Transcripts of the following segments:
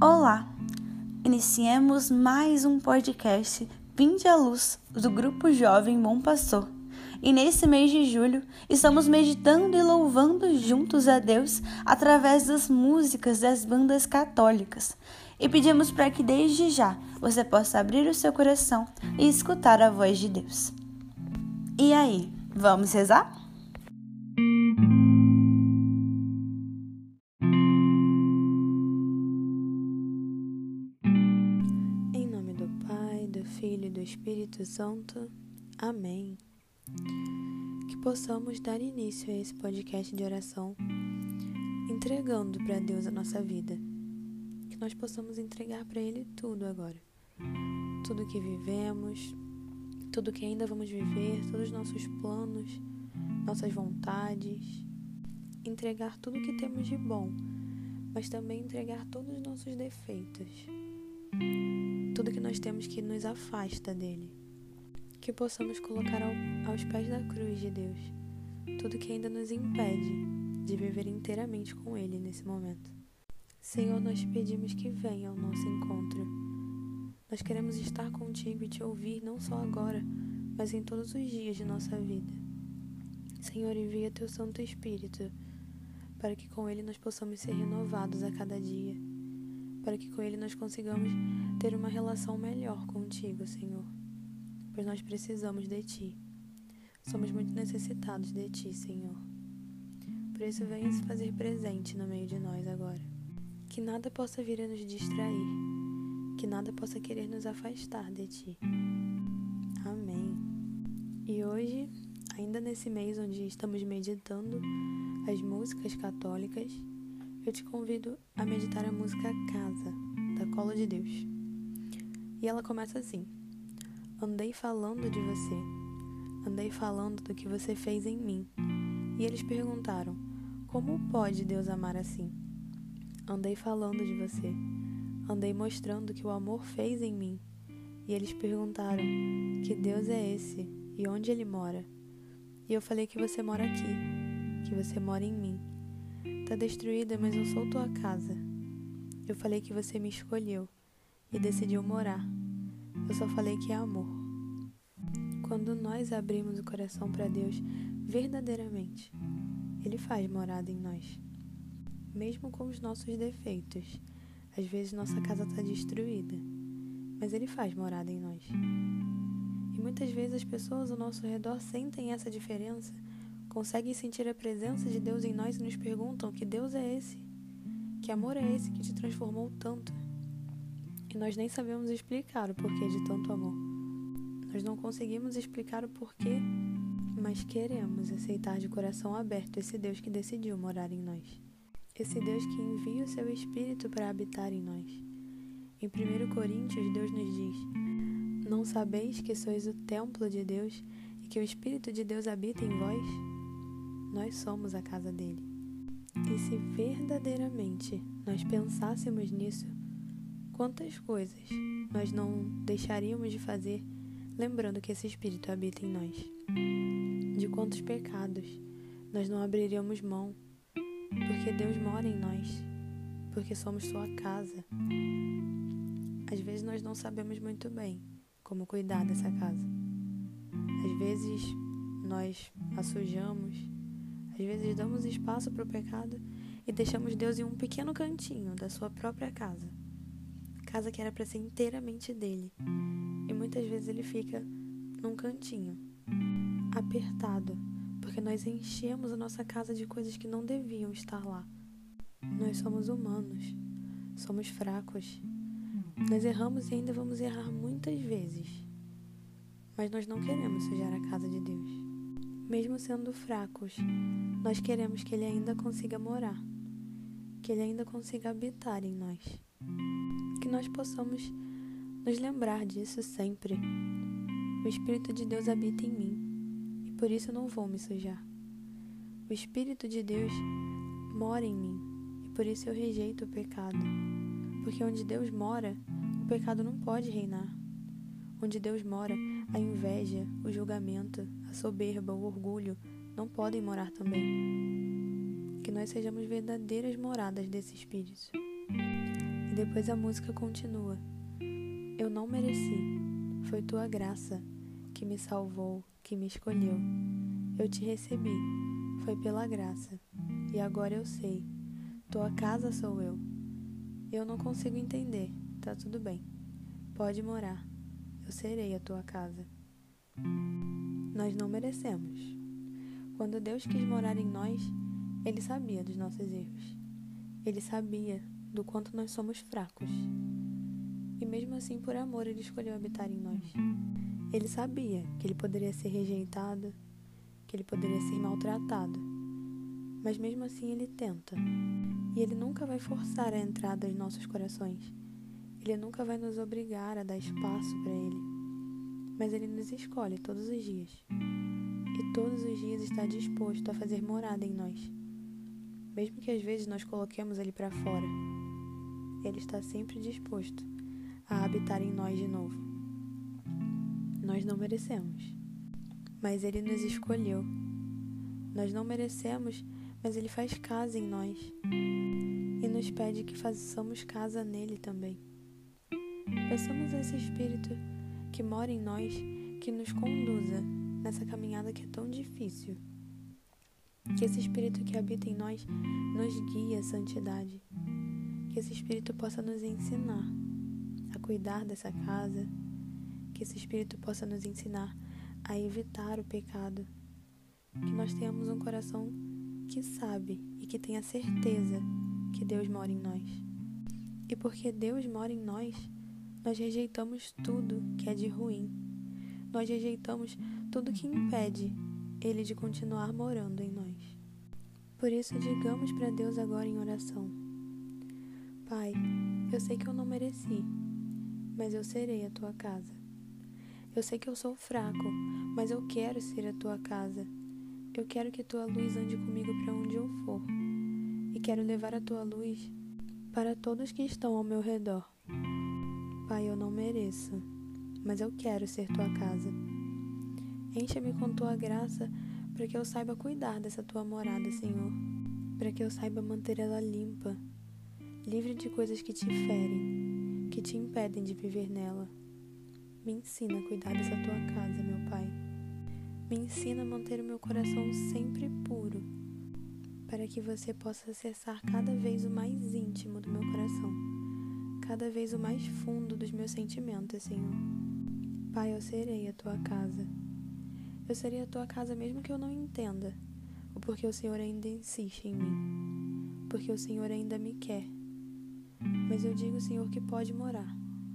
Olá! Iniciemos mais um podcast Vinde à Luz do Grupo Jovem Bom Pastor. E nesse mês de julho, estamos meditando e louvando juntos a Deus através das músicas das bandas católicas. E pedimos para que desde já você possa abrir o seu coração e escutar a voz de Deus. E aí, vamos rezar? Em nome do Pai, do Filho e do Espírito Santo. Amém. Que possamos dar início a esse podcast de oração, entregando para Deus a nossa vida. Que nós possamos entregar para Ele tudo agora. Tudo que vivemos, tudo que ainda vamos viver, todos os nossos planos, nossas vontades. Entregar tudo que temos de bom, mas também entregar todos os nossos defeitos. Tudo que nós temos que nos afasta dele. Que possamos colocar aos pés da cruz de Deus tudo que ainda nos impede de viver inteiramente com ele nesse momento. Senhor, nós pedimos que venha ao nosso encontro. Nós queremos estar contigo e te ouvir não só agora, mas em todos os dias de nossa vida. Senhor, envia teu Santo Espírito para que com ele nós possamos ser renovados a cada dia, para que com ele nós consigamos ter uma relação melhor contigo, Senhor, pois nós precisamos de Ti. Somos muito necessitados de Ti, Senhor. Por isso, venha se fazer presente no meio de nós agora. Que nada possa vir a nos distrair, que nada possa querer nos afastar de Ti. Amém. E hoje, ainda nesse mês onde estamos meditando as músicas católicas, eu te convido a meditar a música Casa, da Colo de Deus. E ela começa assim: andei falando de você, andei falando do que você fez em mim. E eles perguntaram, como pode Deus amar assim? Andei falando de você, andei mostrando que o amor fez em mim. E eles perguntaram, que Deus é esse e onde ele mora? E eu falei que você mora aqui, que você mora em mim. Tá destruída, mas eu sou tua casa. Eu falei que você me escolheu e decidiu morar. Eu só falei que é amor. Quando nós abrimos o coração para Deus verdadeiramente, Ele faz morada em nós. Mesmo com os nossos defeitos, às vezes nossa casa está destruída, mas Ele faz morada em nós. E muitas vezes as pessoas ao nosso redor sentem essa diferença, conseguem sentir a presença de Deus em nós e nos perguntam que Deus é esse, que amor é esse que te transformou tanto. E nós nem sabemos explicar o porquê de tanto amor. Nós não conseguimos explicar o porquê, mas queremos aceitar de coração aberto esse Deus que decidiu morar em nós. Esse Deus que envia o seu Espírito para habitar em nós. Em 1 Coríntios, Deus nos diz: não sabeis que sois o templo de Deus e que o Espírito de Deus habita em vós? Nós somos a casa dele. E se verdadeiramente nós pensássemos nisso, quantas coisas nós não deixaríamos de fazer, lembrando que esse Espírito habita em nós? De quantos pecados nós não abriríamos mão, porque Deus mora em nós, porque somos sua casa. Às vezes nós não sabemos muito bem como cuidar dessa casa. Às vezes nós a sujamos, às vezes damos espaço para o pecado e deixamos Deus em um pequeno cantinho da sua própria casa. Casa que era para ser inteiramente dele. E muitas vezes ele fica num cantinho, apertado, porque nós enchemos a nossa casa de coisas que não deviam estar lá. Nós somos humanos, somos fracos. Nós erramos e ainda vamos errar muitas vezes. Mas nós não queremos sujar a casa de Deus. Mesmo sendo fracos, nós queremos que Ele ainda consiga morar, que Ele ainda consiga habitar em nós. Que nós possamos nos lembrar disso sempre. O Espírito de Deus habita em mim, e por isso eu não vou me sujar. O Espírito de Deus mora em mim, e por isso eu rejeito o pecado. Porque onde Deus mora, o pecado não pode reinar. Onde Deus mora, a inveja, o julgamento, a soberba, o orgulho não podem morar também. Que nós sejamos verdadeiras moradas desse Espírito. E depois a música continua. Eu não mereci, foi tua graça que me salvou, que me escolheu. Eu te recebi, foi pela graça, e agora eu sei, tua casa sou eu. Eu não consigo entender, tá tudo bem, pode morar, eu serei a tua casa. Nós não merecemos. Quando Deus quis morar em nós, Ele sabia dos nossos erros. Ele sabia do quanto nós somos fracos. E mesmo assim, por amor, Ele escolheu habitar em nós. Ele sabia que Ele poderia ser rejeitado, que Ele poderia ser maltratado. Mas mesmo assim, Ele tenta. E Ele nunca vai forçar a entrada em nossos corações. Ele nunca vai nos obrigar a dar espaço para Ele. Mas Ele nos escolhe todos os dias. E todos os dias está disposto a fazer morada em nós. Mesmo que às vezes nós coloquemos Ele para fora, Ele está sempre disposto a habitar em nós de novo. Nós não merecemos, mas Ele nos escolheu. Nós não merecemos, mas Ele faz casa em nós e nos pede que façamos casa nele também. Peçamos a esse Espírito que mora em nós, que nos conduza nessa caminhada que é tão difícil. Que esse Espírito que habita em nós nos guie à santidade. Que esse Espírito possa nos ensinar a cuidar dessa casa. Que esse Espírito possa nos ensinar a evitar o pecado. Que nós tenhamos um coração que sabe e que tenha certeza que Deus mora em nós. E porque Deus mora em nós rejeitamos tudo que é de ruim. Nós rejeitamos tudo que impede Ele de continuar morando em nós. Por isso, digamos para Deus agora em oração: Pai, eu sei que eu não mereci, mas eu serei a tua casa. Eu sei que eu sou fraco, mas eu quero ser a tua casa. Eu quero que tua luz ande comigo para onde eu for. E quero levar a tua luz para todos que estão ao meu redor. Pai, eu não mereço, mas eu quero ser tua casa. Enche-me com tua graça para que eu saiba cuidar dessa tua morada, Senhor. Para que eu saiba manter ela limpa, livre de coisas que te ferem, que te impedem de viver nela. Me ensina a cuidar dessa tua casa, meu Pai. Me ensina a manter o meu coração sempre puro, para que você possa acessar cada vez o mais íntimo do meu coração, cada vez o mais fundo dos meus sentimentos, Senhor. Pai, eu serei a tua casa. Eu serei a tua casa mesmo que eu não entenda, ou porque o Senhor ainda insiste em mim, porque o Senhor ainda me quer. Mas eu digo, Senhor, que pode morar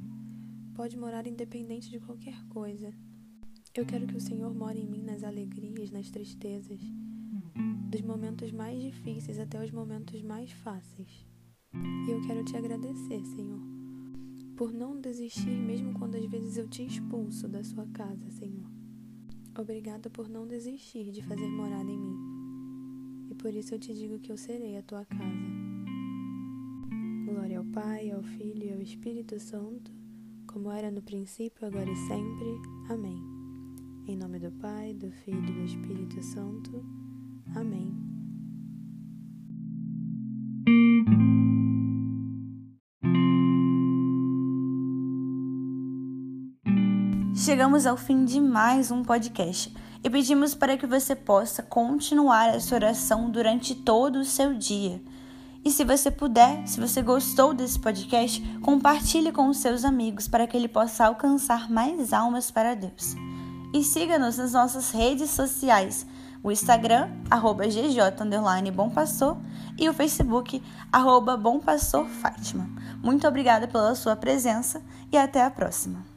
independente de qualquer coisa. Eu quero que o Senhor more em mim nas alegrias, nas tristezas, dos momentos mais difíceis até os momentos mais fáceis. E eu quero te agradecer, Senhor, por não desistir mesmo quando às vezes eu te expulso da sua casa, Senhor. Obrigada por não desistir de fazer morada em mim. E por isso eu te digo que eu serei a tua casa. Glória ao Pai, ao Filho e ao Espírito Santo, como era no princípio, agora e sempre. Amém. Em nome do Pai, do Filho e do Espírito Santo. Amém. Chegamos ao fim de mais um podcast e pedimos para que você possa continuar essa oração durante todo o seu dia. E se você puder, se você gostou desse podcast, compartilhe com os seus amigos para que ele possa alcançar mais almas para Deus. E siga-nos nas nossas redes sociais, o Instagram, @gj_bompastor e o Facebook, @bompastorfátima. Muito obrigada pela sua presença e até a próxima.